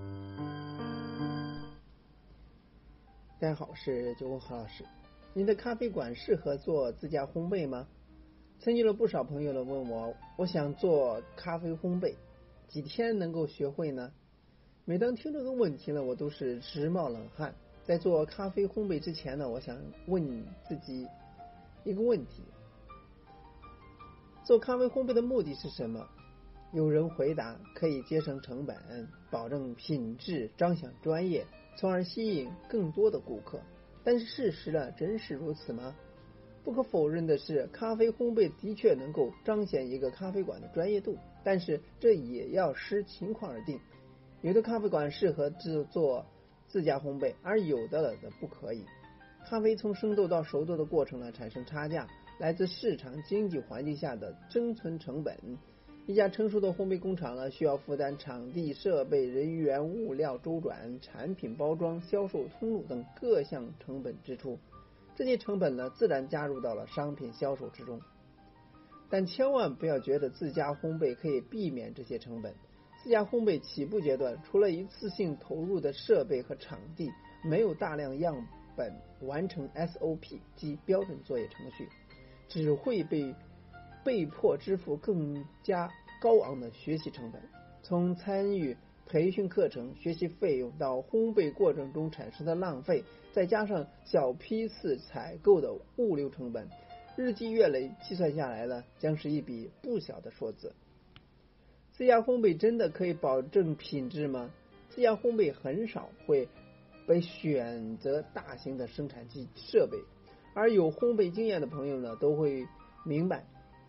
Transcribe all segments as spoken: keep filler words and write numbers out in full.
大家好，我是九宫何老师。您的咖啡馆适合做自家烘焙吗？曾经有不少朋友呢问我，我想做咖啡烘焙，几天能够学会呢？每当听这个问题呢，我都是直冒冷汗。在做咖啡烘焙之前呢，我想问自己一个问题：做咖啡烘焙的目的是什么？有人回答，可以节省成本，保证品质，彰显专业，从而吸引更多的顾客。但是事实呢，真是如此吗？不可否认的是，咖啡烘焙的确能够彰显一个咖啡馆的专业度，但是这也要视情况而定。有的咖啡馆适合制作自家烘焙，而有的的不可以。咖啡从生豆到熟豆的过程呢，产生差价，来自市场经济环境下的生存成本。一家成熟的烘焙工厂呢，需要负担场地、设备、人员、物料周转、产品包装、销售通路等各项成本支出。这些成本呢，自然加入到了商品销售之中。但千万不要觉得自家烘焙可以避免这些成本。自家烘焙起步阶段，除了一次性投入的设备和场地，没有大量样本完成 S O P 及标准作业程序，只会被被迫支付更加高昂的学习成本。从参与培训课程、学习费用到烘焙过程中产生的浪费，再加上小批次采购的物流成本，日积月累计算下来呢，将是一笔不小的数字。自家烘焙真的可以保证品质吗？自家烘焙很少会被选择大型的生产机设备，而有烘焙经验的朋友呢，都会明白，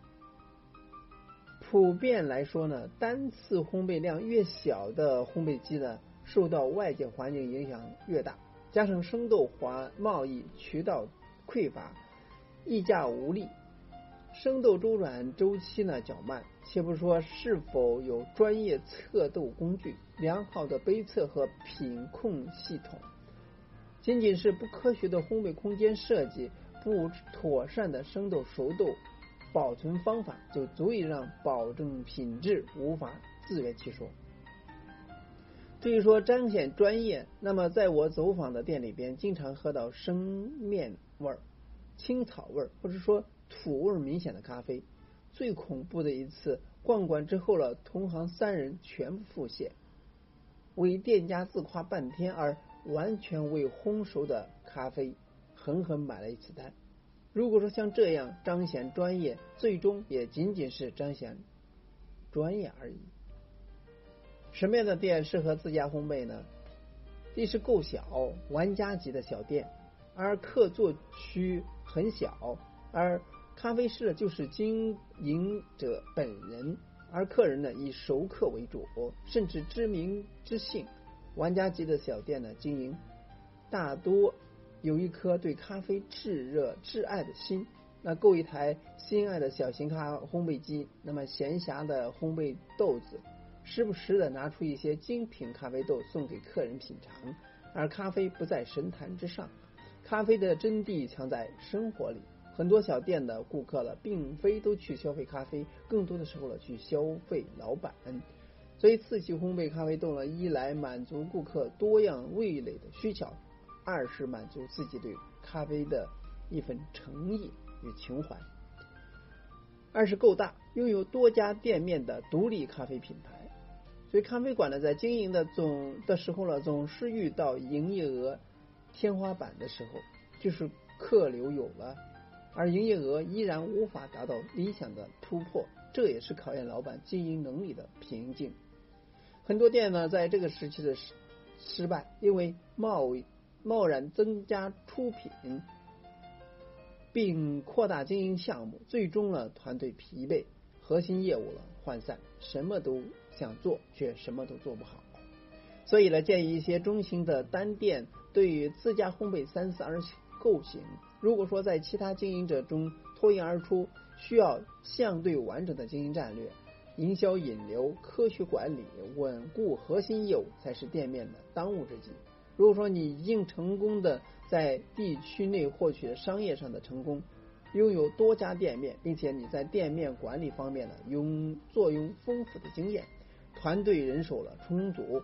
普遍来说呢，单次烘焙量越小的烘焙机呢，受到外界环境影响越大，加上生豆环贸易渠道匮乏，议价无力，生豆周转周期呢较慢，且不说是否有专业测豆工具、良好的杯测和品控系统，仅仅是不科学的烘焙空间设计、不妥善的生豆熟豆保存方法，就足以让保证品质无法自圆其说。至于说彰显专业，那么在我走访的店里边，经常喝到生面味、青草味或者说土味明显的咖啡。最恐怖的一次，逛馆之后了，同行三人全部腹泻，为店家自夸半天，而完全未烘熟的咖啡狠狠买了一次单。如果说像这样彰显专业，最终也仅仅是彰显专业而已。什么样的店适合自家烘焙呢？一是够小，玩家级的小店，而客座区很小，而咖啡师就是经营者本人，而客人呢以熟客为主，甚至知名知姓。玩家级的小店呢，经营大多有一颗对咖啡炙热挚爱的心，那购一台心爱的小型咖烘焙机，那么闲暇的烘焙豆子，时不时的拿出一些精品咖啡豆送给客人品尝。而咖啡不在神坛之上，咖啡的真谛藏在生活里。很多小店的顾客了，并非都去消费咖啡，更多的时候了去消费老板。所以次期烘焙咖啡豆呢，一来满足顾客多样味蕾的需求，二是满足自己对咖啡的一份诚意与情怀。二是够大，拥有多家店面的独立咖啡品牌。所以咖啡馆呢，在经营的总的时候呢，总是遇到营业额天花板的时候，就是客流有了，而营业额依然无法达到理想的突破，这也是考验老板经营能力的瓶颈。很多店呢，在这个时期的失失败，因为贸贸然增加出品，并扩大经营项目，最终呢，团队疲惫，核心业务了涣散，什么都想做，却什么都做不好。所以呢，建议一些中型的单店对于自家烘焙三思而构行。如果说在其他经营者中脱颖而出，需要相对完整的经营战略，营销引流、科学管理、稳固核心业务才是店面的当务之急。如果说你已经成功的在地区内获取了商业上的成功，拥有多家店面，并且你在店面管理方面呢，拥坐拥丰富的经验，团队人手了充足，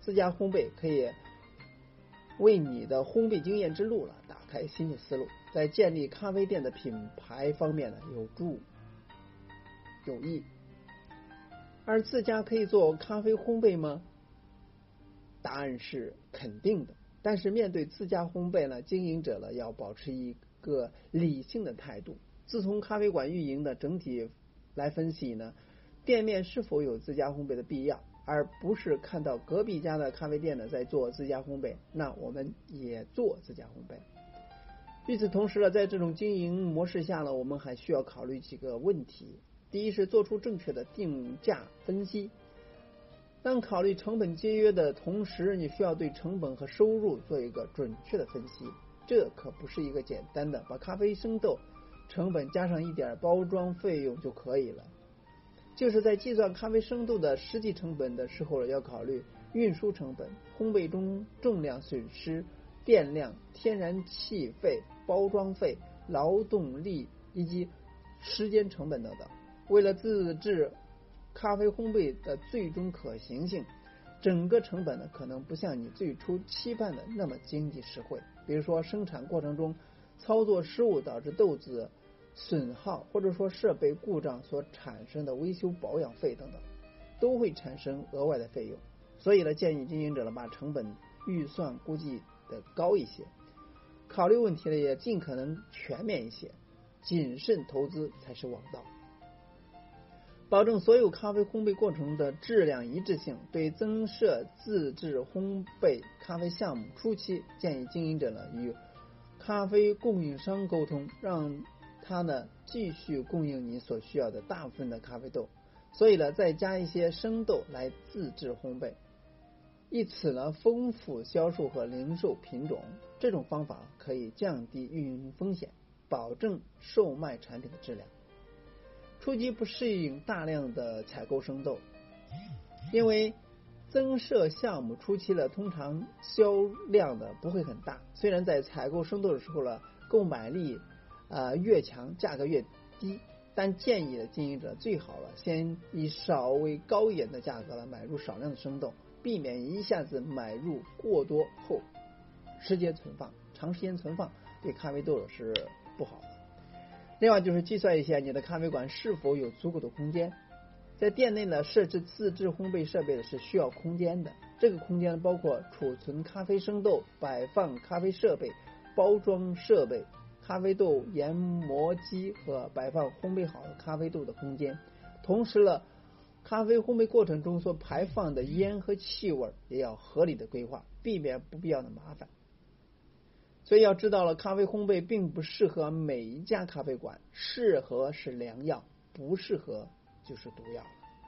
自家烘焙可以为你的烘焙经验之路了打开新的思路，在建立咖啡店的品牌方面呢有助有益。而自家可以做咖啡烘焙吗？答案是肯定的。但是面对自家烘焙呢，经营者呢要保持一个理性的态度。自从咖啡馆运营的整体来分析呢，店面是否有自家烘焙的必要，而不是看到隔壁家的咖啡店呢在做自家烘焙，那我们也做自家烘焙。与此同时呢，在这种经营模式下呢，我们还需要考虑几个问题。第一是做出正确的定价分析。当考虑成本节约的同时，你需要对成本和收入做一个准确的分析。这可不是一个简单的把咖啡生豆成本加上一点包装费用就可以了。就是在计算咖啡生豆的实际成本的时候，要考虑运输成本、烘焙中重量损失、电量、天然气费、包装费、劳动力以及时间成本等等。为了自制咖啡烘焙的最终可行性，整个成本呢可能不像你最初期盼的那么经济实惠。比如说生产过程中操作失误导致豆子损耗，或者说设备故障所产生的维修保养费等等，都会产生额外的费用。所以呢，建议经营者呢把成本预算估计的高一些，考虑问题呢也尽可能全面一些，谨慎投资才是王道。保证所有咖啡烘焙过程的质量一致性。对增设自制烘焙咖啡项目初期，建议经营者呢与咖啡供应商沟通，让他呢继续供应你所需要的大部分的咖啡豆，所以呢再加一些生豆来自制烘焙，以此呢丰富销售和零售品种。这种方法可以降低运营风险，保证售卖产品的质量。初期不适应大量的采购生豆，因为增设项目初期呢通常销量呢不会很大。虽然在采购生豆的时候呢购买力呃越强价格越低，但建议的经营者最好了先以稍微高一点的价格来买入少量的生豆，避免一下子买入过多后时间存放长时间存放对咖啡豆是不好的。另外就是计算一下你的咖啡馆是否有足够的空间。在店内呢设置自制烘焙设备是需要空间的，这个空间包括储存咖啡生豆、摆放咖啡设备、包装设备、咖啡豆研磨机和摆放烘焙好的咖啡豆的空间。同时呢，咖啡烘焙过程中所排放的烟和气味也要合理的规划，避免不必要的麻烦。所以要知道了，咖啡烘焙并不适合每一家咖啡馆，适合是良药，不适合就是毒药。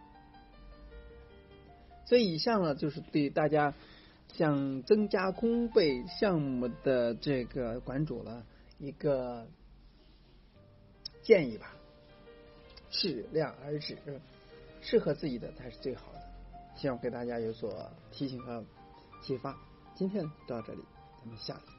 所以以上呢就是对大家想增加烘焙项目的这个馆主了一个建议吧，适量而止，适合自己的才是最好的。希望给大家有所提醒和启发。今天到这里，咱们下次